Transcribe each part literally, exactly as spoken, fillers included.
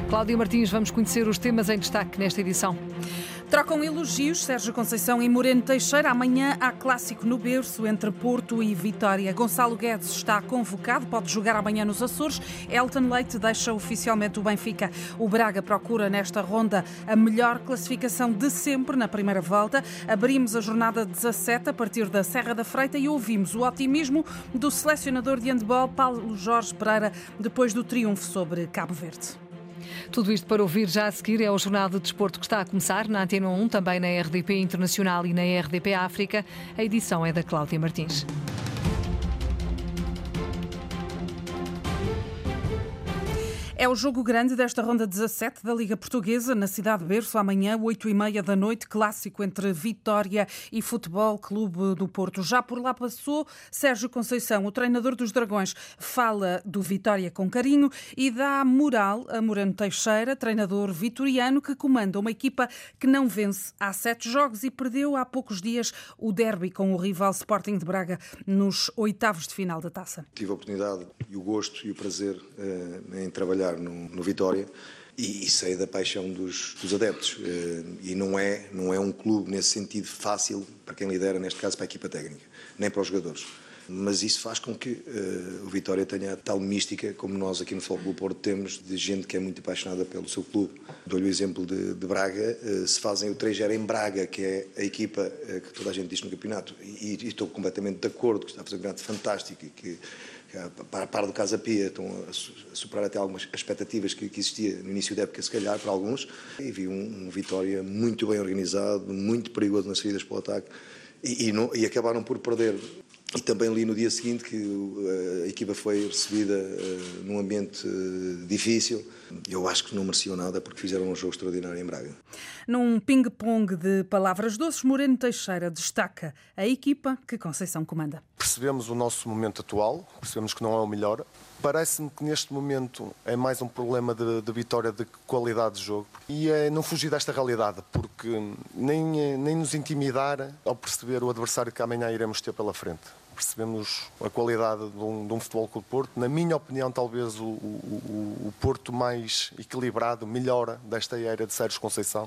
Cláudia Martins, vamos conhecer os temas em destaque nesta edição. Trocam elogios Sérgio Conceição e Moreno Teixeira. Amanhã há clássico no berço entre Porto e Vitória. Gonçalo Guedes está convocado, pode jogar amanhã nos Açores. Elton Leite deixa oficialmente o Benfica. O Braga procura nesta ronda a melhor classificação de sempre na primeira volta. Abrimos a jornada dezassete a partir da Serra da Freita e ouvimos o otimismo do selecionador de handball Paulo Jorge Pereira depois do triunfo sobre Cabo Verde. Tudo isto para ouvir já a seguir. É o Jornal de Desporto que está a começar na Antena um, também na R D P Internacional e na R D P África. A edição é da Cláudia Martins. É o jogo grande desta ronda dezassete da Liga Portuguesa, na cidade de Berço, amanhã, oito e meia da noite, clássico entre Vitória e Futebol Clube do Porto. Já por lá passou Sérgio Conceição, o treinador dos Dragões, fala do Vitória com carinho e dá moral a Moreno Teixeira, treinador vitoriano que comanda uma equipa que não vence há sete jogos e perdeu há poucos dias o derby com o rival Sporting de Braga nos oitavos de final da Taça. Tive a oportunidade e o gosto e o prazer uh, em trabalhar No, no Vitória e, e sei da paixão dos, dos adeptos e não é, não é um clube nesse sentido fácil para quem lidera, neste caso para a equipa técnica, nem para os jogadores, mas isso faz com que uh, o Vitória tenha tal mística como nós aqui no Futebol Clube Porto temos, de gente que é muito apaixonada pelo seu clube. Dou-lhe o exemplo de, de Braga, uh, se fazem o três zero em Braga, que é a equipa uh, que toda a gente diz no campeonato, e, e estou completamente de acordo, que está a fazer um campeonato fantástico e que para a par do Casa Pia, estão a superar até algumas expectativas que, que existia no início da época, se calhar, para alguns. E vi um, um Vitória muito bem organizado, muito perigoso nas saídas para o ataque e, e, não, e acabaram por perder. E também li no dia seguinte que a equipa foi recebida uh, num ambiente uh, difícil. Eu acho que não mereciam nada porque fizeram um jogo extraordinário em Braga. Num ping-pong de palavras doces, Moreno Teixeira destaca a equipa que Conceição comanda. Percebemos o nosso momento atual, percebemos que não é o melhor. Parece-me que neste momento é mais um problema de, de Vitória de qualidade de jogo. E é não fugir desta realidade, porque nem, nem nos intimidar ao perceber o adversário que amanhã iremos ter pela frente. Percebemos a qualidade de um, de um Futebol Clube do Porto. Na minha opinião, talvez o, o, o Porto mais equilibrado, melhor desta era de Sérgio Conceição.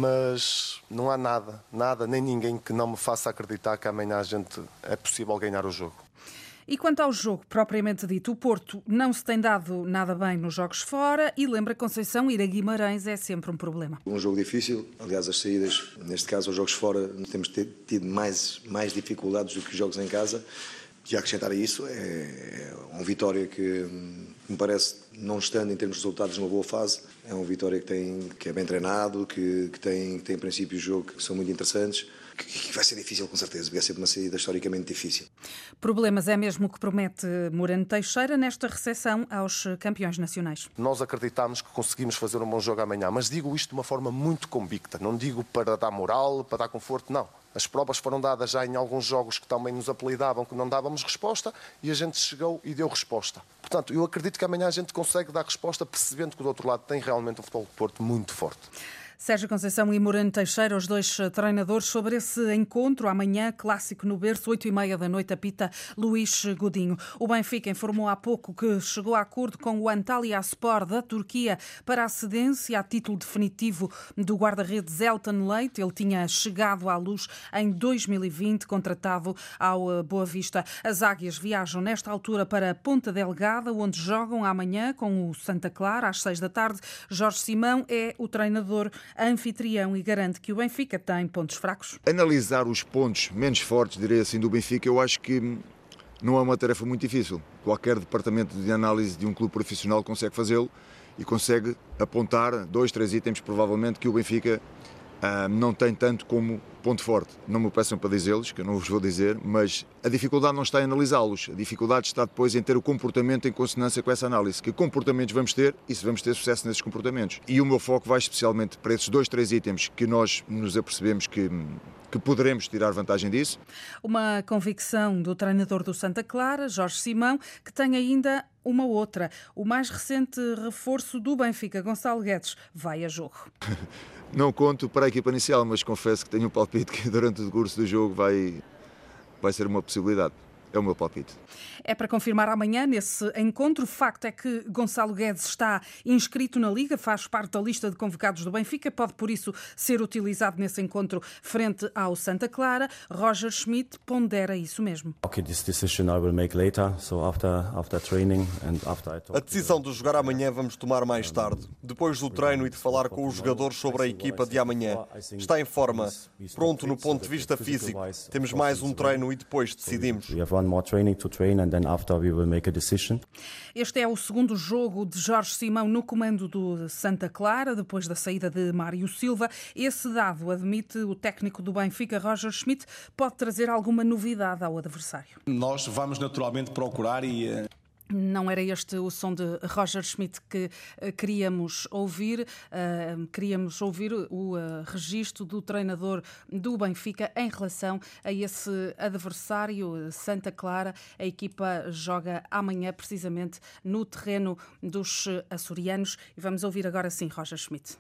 Mas não há nada, nada, nem ninguém que não me faça acreditar que amanhã a gente é possível ganhar o jogo. E quanto ao jogo propriamente dito, o Porto não se tem dado nada bem nos jogos fora e lembra Conceição, ir a Guimarães é sempre um problema. Um jogo difícil, aliás as saídas, neste caso os jogos fora, temos tido mais, mais dificuldades do que os jogos em casa. E a acrescentar a isso, é, é um Vitória que me parece, não estando em termos de resultados numa boa fase, é um Vitória que, tem, que é bem treinado, que, que, tem, que tem princípios de jogo que são muito interessantes, que, que vai ser difícil com certeza, vai ser uma saída historicamente difícil. Problemas é mesmo o que promete Moreno Teixeira nesta recepção aos campeões nacionais. Nós acreditamos que conseguimos fazer um bom jogo amanhã, mas digo isto de uma forma muito convicta, não digo para dar moral, para dar conforto, não. As provas foram dadas já em alguns jogos que também nos apelidavam que não dávamos resposta e a gente chegou e deu resposta. Portanto, eu acredito que amanhã a gente consegue dar resposta percebendo que do outro lado tem realmente um Futebol do Porto muito forte. Sérgio Conceição e Moreno Teixeira, os dois treinadores, sobre esse encontro amanhã, clássico no berço, oito e meia da noite, apita Luís Godinho. O Benfica informou há pouco que chegou a acordo com o Antalyaspor da Turquia para a cedência a título definitivo do guarda-redes Elton Leite. Ele tinha chegado à luz em dois mil e vinte, contratado ao Boa Vista. As águias viajam nesta altura para Ponta Delgada, onde jogam amanhã com o Santa Clara, às seis da tarde. Jorge Simão é o treinador anfitrião e garante que o Benfica tem pontos fracos. Analisar os pontos menos fortes, direi assim, do Benfica, eu acho que não é uma tarefa muito difícil. Qualquer departamento de análise de um clube profissional consegue fazê-lo e consegue apontar dois, três itens, provavelmente, que o Benfica ah, não tem tanto como ponto forte. Não me peçam para dizê-los, que eu não vos vou dizer, mas a dificuldade não está em analisá-los. A dificuldade está depois em ter o comportamento em consonância com essa análise. Que comportamentos vamos ter e se vamos ter sucesso nesses comportamentos. E o meu foco vai especialmente para esses dois, três itens que nós nos apercebemos que, que poderemos tirar vantagem disso. Uma convicção do treinador do Santa Clara, Jorge Simão, que tem ainda uma outra. O mais recente reforço do Benfica, Gonçalo Guedes, vai a jogo. Não conto para a equipa inicial, mas confesso que tenho um palpite que durante o curso do jogo vai, vai ser uma possibilidade. É o meu palpite. É para confirmar amanhã nesse encontro. O facto é que Gonçalo Guedes está inscrito na Liga, faz parte da lista de convocados do Benfica, pode por isso ser utilizado nesse encontro frente ao Santa Clara. Roger Schmidt pondera isso mesmo. A decisão de jogar amanhã vamos tomar mais tarde, depois do treino e de falar com os jogadores sobre a equipa de amanhã. Está em forma, pronto no ponto de vista físico. Temos mais um treino e depois decidimos. Este é o segundo jogo de Jorge Simão no comando do Santa Clara, depois da saída de Mário Silva. Esse dado, admite o técnico do Benfica, Roger Schmidt, pode trazer alguma novidade ao adversário. Nós vamos naturalmente procurar e... Não era este o som de Roger Schmidt que uh, queríamos ouvir. Uh, queríamos ouvir o uh, registro do treinador do Benfica em relação a esse adversário, Santa Clara. A equipa joga amanhã precisamente no terreno dos açorianos. E vamos ouvir agora sim Roger Schmidt.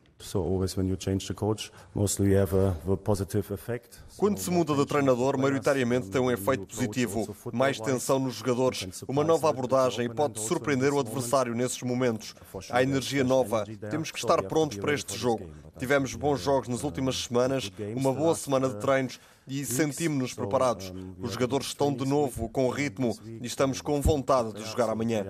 Quando se muda de treinador, maioritariamente tem um efeito positivo. Mais tensão nos jogadores, uma nova abordagem e pode surpreender o adversário nesses momentos. Há energia nova. Temos que estar prontos para este jogo. Tivemos bons jogos nas últimas semanas, uma boa semana de treinos e sentimos-nos preparados. Os jogadores estão de novo com ritmo e estamos com vontade de jogar amanhã.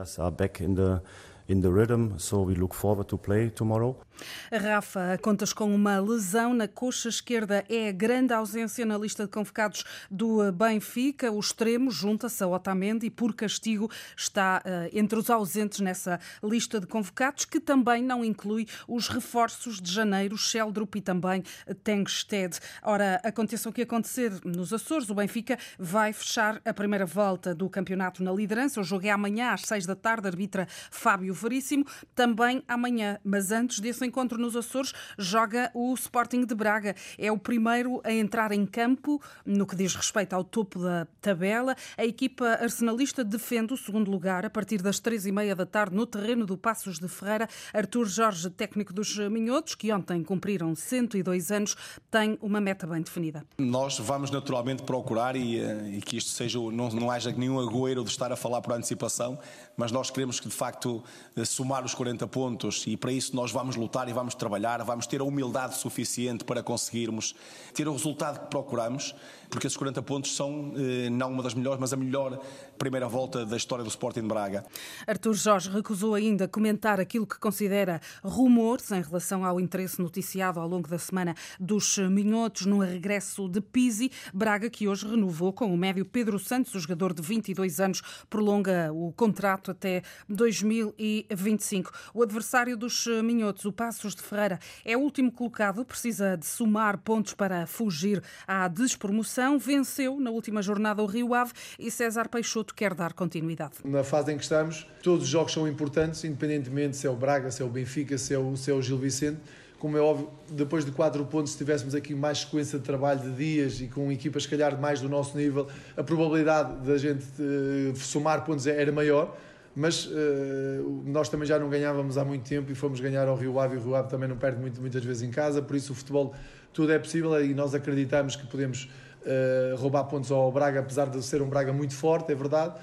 In the rhythm, so we look forward to play tomorrow. Rafa, contas com uma lesão na coxa esquerda. É a grande ausência na lista de convocados do Benfica. O extremo junta-se a Otamendi e, por castigo, está uh, entre os ausentes nessa lista de convocados, que também não inclui os reforços de janeiro, Sheldrup e também Tengsted. Ora, aconteça o que acontecer nos Açores, o Benfica vai fechar a primeira volta do campeonato na liderança. O jogo é amanhã às seis da tarde, arbitra Fábio Veríssimo, também amanhã. Mas antes desse encontro nos Açores, joga o Sporting de Braga. É o primeiro a entrar em campo no que diz respeito ao topo da tabela. A equipa arsenalista defende o segundo lugar a partir das três e meia da tarde no terreno do Passos de Ferreira. Artur Jorge, técnico dos Minhotos, que ontem cumpriram cento e dois anos, tem uma meta bem definida. Nós vamos naturalmente procurar e, e que isto seja, não, não haja nenhum agouro de estar a falar por antecipação, mas nós queremos que de facto somar os quarenta pontos e para isso nós vamos lutar e vamos trabalhar, vamos ter a humildade suficiente para conseguirmos ter o resultado que procuramos, porque esses quarenta pontos são não uma das melhores, mas a melhor primeira volta da história do Sporting de Braga. Artur Jorge recusou ainda comentar aquilo que considera rumores em relação ao interesse noticiado ao longo da semana dos Minhotos no regresso de Pizzi. Braga, que hoje renovou com o médio Pedro Santos, o jogador de vinte e dois anos, prolonga o contrato até dois mil e vinte e cinco. O adversário dos Minhotos, o Passos de Ferreira, é o último colocado, precisa de somar pontos para fugir à despromoção. Venceu na última jornada o Rio Ave e César Peixoto quer dar continuidade. Na fase em que estamos, todos os jogos são importantes, independentemente se é o Braga, se é o Benfica, se é o, se é o Gil Vicente. Como é óbvio, depois de quatro pontos, se tivéssemos aqui mais sequência de trabalho de dias e com equipas, se calhar, mais do nosso nível, a probabilidade da gente uh, somar pontos era maior. Mas uh, nós também já não ganhávamos há muito tempo e fomos ganhar ao Rio Ave e o Rio Ave também não perde muito, muitas vezes em casa, por isso o futebol tudo é possível e nós acreditamos que podemos uh, roubar pontos ao Braga, apesar de ser um Braga muito forte, é verdade.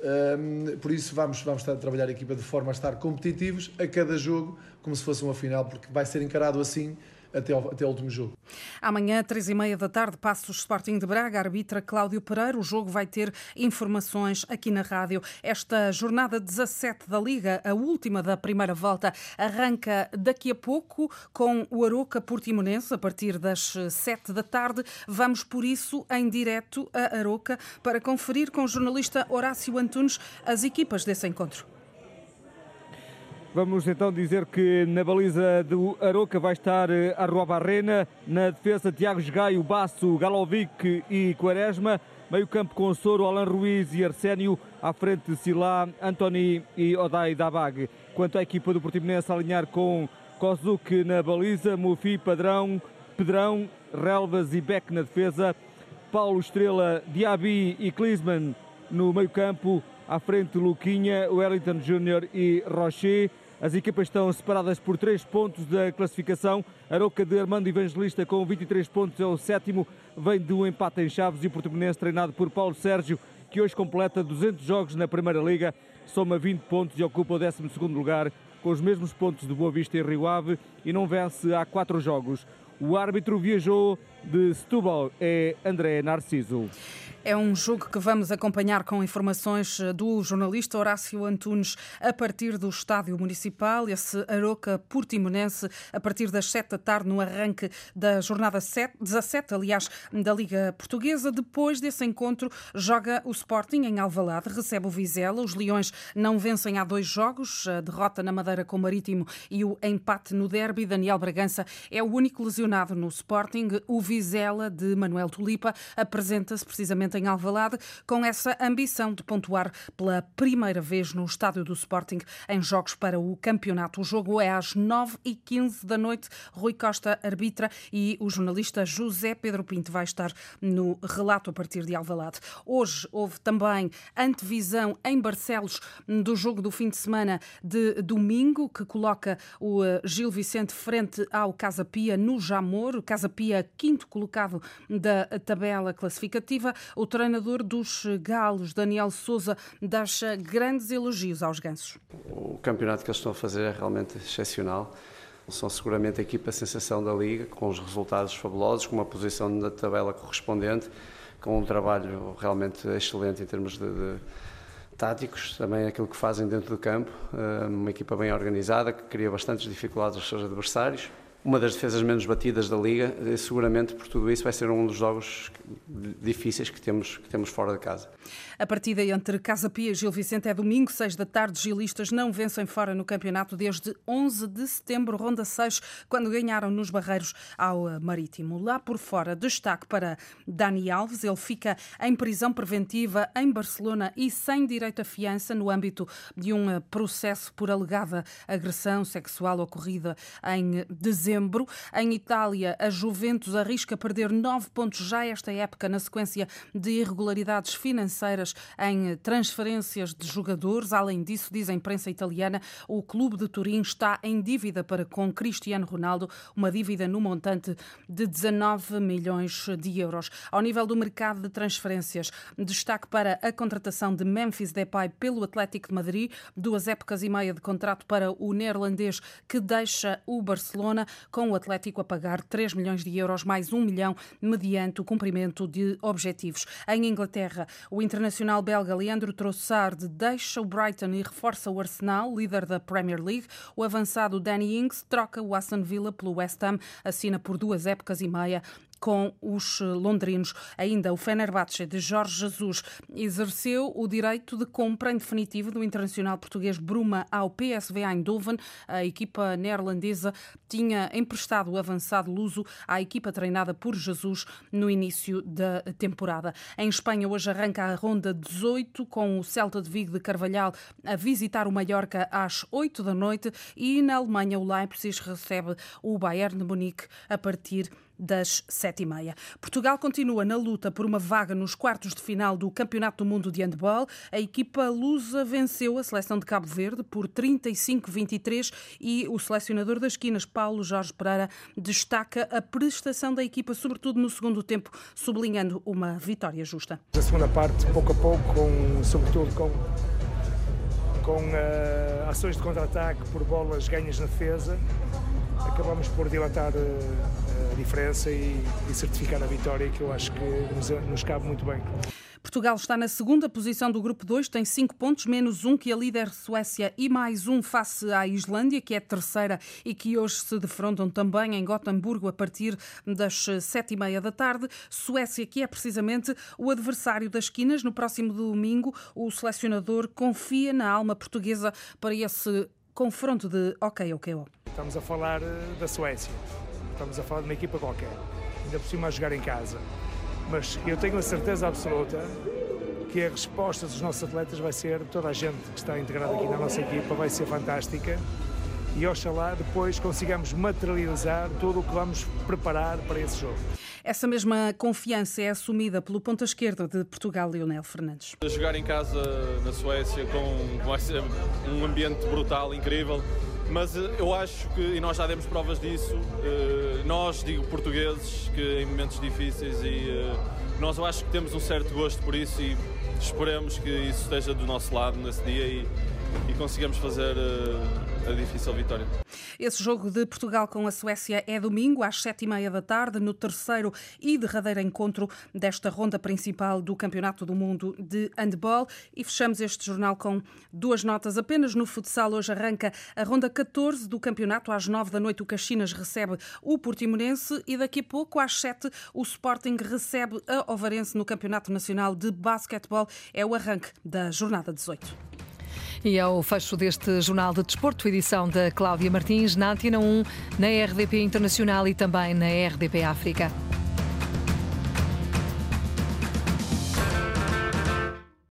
Uh, por isso vamos, vamos estar a trabalhar a equipa de forma a estar competitivos a cada jogo, como se fosse uma final, porque vai ser encarado assim até ao, até ao último jogo. Amanhã, três e meia da tarde, Passos Sporting de Braga, arbitra Cláudio Pereira. O jogo vai ter informações aqui na rádio. Esta jornada dezassete da Liga, a última da primeira volta, arranca daqui a pouco com o Aroca Portimonense, a partir das sete da tarde. Vamos, por isso, em direto a Aroca para conferir com o jornalista Horácio Antunes as equipas desse encontro. Vamos então dizer que na baliza do Aroca vai estar Arroba Arena, na defesa Tiago Gaio, Basso, Galovic e Quaresma, meio campo com Soro, Alan Ruiz e Arsénio, à frente Silá, Antoni e Odai Dabag. Quanto à equipa do Portimonense, a alinhar com Kozuki na baliza, Mufi, Padrão, Pedrão, Relvas e Beck na defesa, Paulo Estrela, Diaby e Klinsmann no meio campo, à frente Luquinha, Wellington Júnior e Rocher. As equipas estão separadas por três pontos da classificação. Aroca de Armando Evangelista com vinte e três pontos é o sétimo, vem de um empate em Chaves, e o Portimonense, treinado por Paulo Sérgio, que hoje completa duzentos jogos na Primeira Liga, soma vinte pontos e ocupa o décimo segundo lugar, com os mesmos pontos de Boa Vista e Rio Ave, e não vence há quatro jogos. O árbitro viajou de Setúbal, é André Narciso. É um jogo que vamos acompanhar com informações do jornalista Horácio Antunes a partir do Estádio Municipal, esse Aroca Portimonense, a partir das sete da tarde, no arranque da jornada dezassete, aliás, da Liga Portuguesa. Depois desse encontro, joga o Sporting em Alvalade, recebe o Vizela. Os Leões não vencem há dois jogos, a derrota na Madeira com o Marítimo e o empate no derby. Daniel Bragança é o único lesionado no Sporting. O Vizela, de Manuel Tulipa, apresenta-se precisamente em Alvalade, com essa ambição de pontuar pela primeira vez no estádio do Sporting em jogos para o campeonato. O jogo é às nove e quinze da noite. Rui Costa arbitra e o jornalista José Pedro Pinto vai estar no relato a partir de Alvalade. Hoje houve também antevisão em Barcelos do jogo do fim de semana de domingo, que coloca o Gil Vicente frente ao Casa Pia no Jamor. O Casa Pia, quinto colocado da tabela classificativa. O treinador dos galos, Daniel Sousa, deixa grandes elogios aos gansos. O campeonato que eles estão a fazer é realmente excepcional. São seguramente a equipa sensação da Liga, com os resultados fabulosos, com uma posição na tabela correspondente, com um trabalho realmente excelente em termos de, de táticos, também aquilo que fazem dentro do campo. Uma equipa bem organizada, que cria bastantes dificuldades aos seus adversários. Uma das defesas menos batidas da Liga, seguramente por tudo isso vai ser um dos jogos difíceis que temos, que temos fora de casa. A partida entre Casa Pia e Gil Vicente é domingo, seis da tarde. Gilistas não vencem fora no campeonato desde onze de setembro, ronda seis, quando ganharam nos Barreiros ao Marítimo. Lá por fora, destaque para Dani Alves. Ele fica em prisão preventiva em Barcelona e sem direito a fiança no âmbito de um processo por alegada agressão sexual ocorrida em dezembro. Em Itália, a Juventus arrisca perder nove pontos já esta época na sequência de irregularidades financeiras em transferências de jogadores. Além disso, diz a imprensa italiana, o clube de Turim está em dívida para com Cristiano Ronaldo, uma dívida no montante de dezanove milhões de euros. Ao nível do mercado de transferências, destaque para a contratação de Memphis Depay pelo Atlético de Madrid, duas épocas e meia de contrato para o neerlandês que deixa o Barcelona, com o Atlético a pagar três milhões de euros mais um milhão mediante o cumprimento de objetivos. Em Inglaterra, o internacional belga Leandro Trossard deixa o Brighton e reforça o Arsenal, líder da Premier League. O avançado Danny Ings troca o Aston Villa pelo West Ham, assina por duas épocas e meia com os londrinos. Ainda o Fenerbahçe de Jorge Jesus exerceu o direito de compra em definitivo do internacional português Bruma ao P S V Eindhoven. A equipa neerlandesa tinha emprestado o avançado luso à equipa treinada por Jesus no início da temporada. Em Espanha, hoje arranca a ronda dezoito, com o Celta de Vigo de Carvalhal a visitar o Mallorca às oito da noite, e na Alemanha o Leipzig recebe o Bayern de Munique a partir das sete e meia. Portugal continua na luta por uma vaga nos quartos de final do Campeonato do Mundo de Handball. A equipa lusa venceu a seleção de Cabo Verde por trinta e cinco a vinte e três e o selecionador das esquinas, Paulo Jorge Pereira, destaca a prestação da equipa, sobretudo no segundo tempo, sublinhando uma vitória justa. A segunda parte, pouco a pouco, com, sobretudo com, com uh, ações de contra-ataque por bolas ganhas na defesa, acabamos por dilatar uh, a diferença e, e certificar a vitória, que eu acho que nos, nos cabe muito bem. Portugal está na segunda posição do grupo dois, tem cinco pontos, menos um que a líder Suécia e mais um face à Islândia, que é terceira e que hoje se defrontam também em Gotemburgo a partir das sete e meia da tarde. Suécia, que é precisamente o adversário das esquinas. No próximo domingo, o selecionador confia na alma portuguesa para esse confronto de ok, ok, ok. Estamos a falar da Suécia, estamos a falar de uma equipa qualquer, ainda por cima a jogar em casa. Mas eu tenho a certeza absoluta que a resposta dos nossos atletas vai ser, toda a gente que está integrada aqui na nossa equipa vai ser fantástica, e oxalá depois consigamos materializar tudo o que vamos preparar para esse jogo. Essa mesma confiança é assumida pelo ponta esquerda de Portugal, Leonel Fernandes. Jogar em casa na Suécia com vai ser um ambiente brutal, incrível, mas eu acho que, e nós já demos provas disso, nós, digo portugueses, que em momentos difíceis, e nós eu acho que temos um certo gosto por isso, e esperemos que isso esteja do nosso lado nesse dia e, e consigamos fazer uh, a difícil vitória. Esse jogo de Portugal com a Suécia é domingo às sete e meia da tarde, no terceiro e derradeiro encontro desta ronda principal do Campeonato do Mundo de Handball. E fechamos este jornal com duas notas apenas no futsal. Hoje arranca a ronda catorze do campeonato. Às nove da noite o Caxinas recebe o Portimonense e daqui a pouco às sete o Sporting recebe a Ovarense no Campeonato Nacional de Basquetebol. É o arranque da jornada dezoito. E é o fecho deste Jornal de Desporto, edição da Cláudia Martins, na Antena um, na R D P Internacional e também na R D P África.